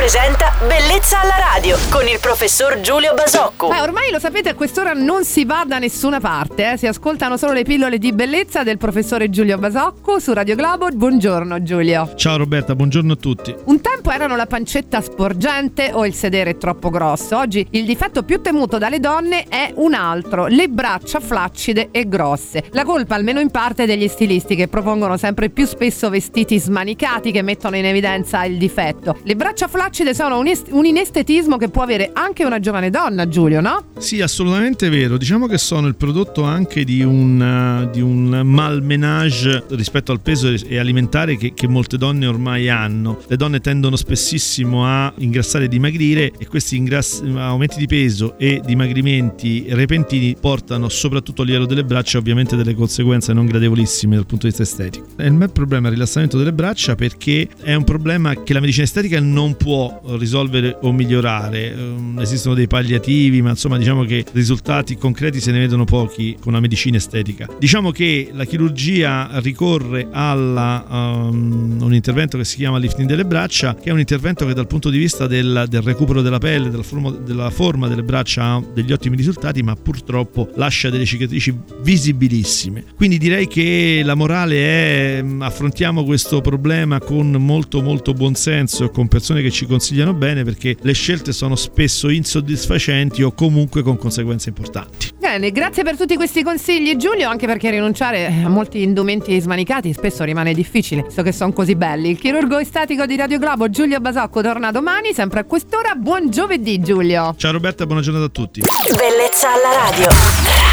presenta Bellezza alla radio con il professor Giulio Basocco. Ormai lo sapete, a quest'ora non si va da nessuna parte, si ascoltano solo le pillole di bellezza del professore Giulio Basocco su Radio Globo. Buongiorno Giulio. Ciao Roberta, buongiorno a tutti. Un tempo erano la pancetta sporgente o il sedere troppo grosso. Oggi il difetto più temuto dalle donne è un altro: le braccia flaccide e grosse. La colpa, almeno in parte, è degli stilisti che propongono sempre più spesso vestiti smanicati che mettono in evidenza il difetto. Le braccia flaccide sono un inestetismo che può avere anche una giovane donna, Giulio, no? Sì, assolutamente vero. Diciamo che sono il prodotto anche di un malmenage rispetto al peso e alimentare che molte donne ormai hanno. Le donne tendono spessissimo a ingrassare e dimagrire, e questi aumenti di peso e dimagrimenti repentini portano soprattutto a livello delle braccia ovviamente delle conseguenze non gradevolissime dal punto di vista estetico. Il mio problema è il rilassamento delle braccia, perché è un problema che la medicina estetica non può risolvere o migliorare. Esistono dei palliativi, ma insomma diciamo che risultati concreti se ne vedono pochi con la medicina estetica. Diciamo che la chirurgia ricorre a un intervento che si chiama lifting delle braccia, che è un intervento che dal punto di vista del recupero della pelle, della forma delle braccia ha degli ottimi risultati, ma purtroppo lascia delle cicatrici visibilissime. Quindi direi che la morale è: affrontiamo questo problema con molto molto buonsenso e con persone che ci consigliano bene, perché le scelte sono spesso insoddisfacenti o comunque con conseguenze importanti. Bene, grazie per tutti questi consigli Giulio, anche perché rinunciare a molti indumenti smanicati spesso rimane difficile, visto che sono così belli. Il chirurgo estetico di Radio Globo Giulio Basocco torna domani sempre a quest'ora. Buon giovedì Giulio. Ciao Roberta, buona giornata a tutti. Bellezza alla radio.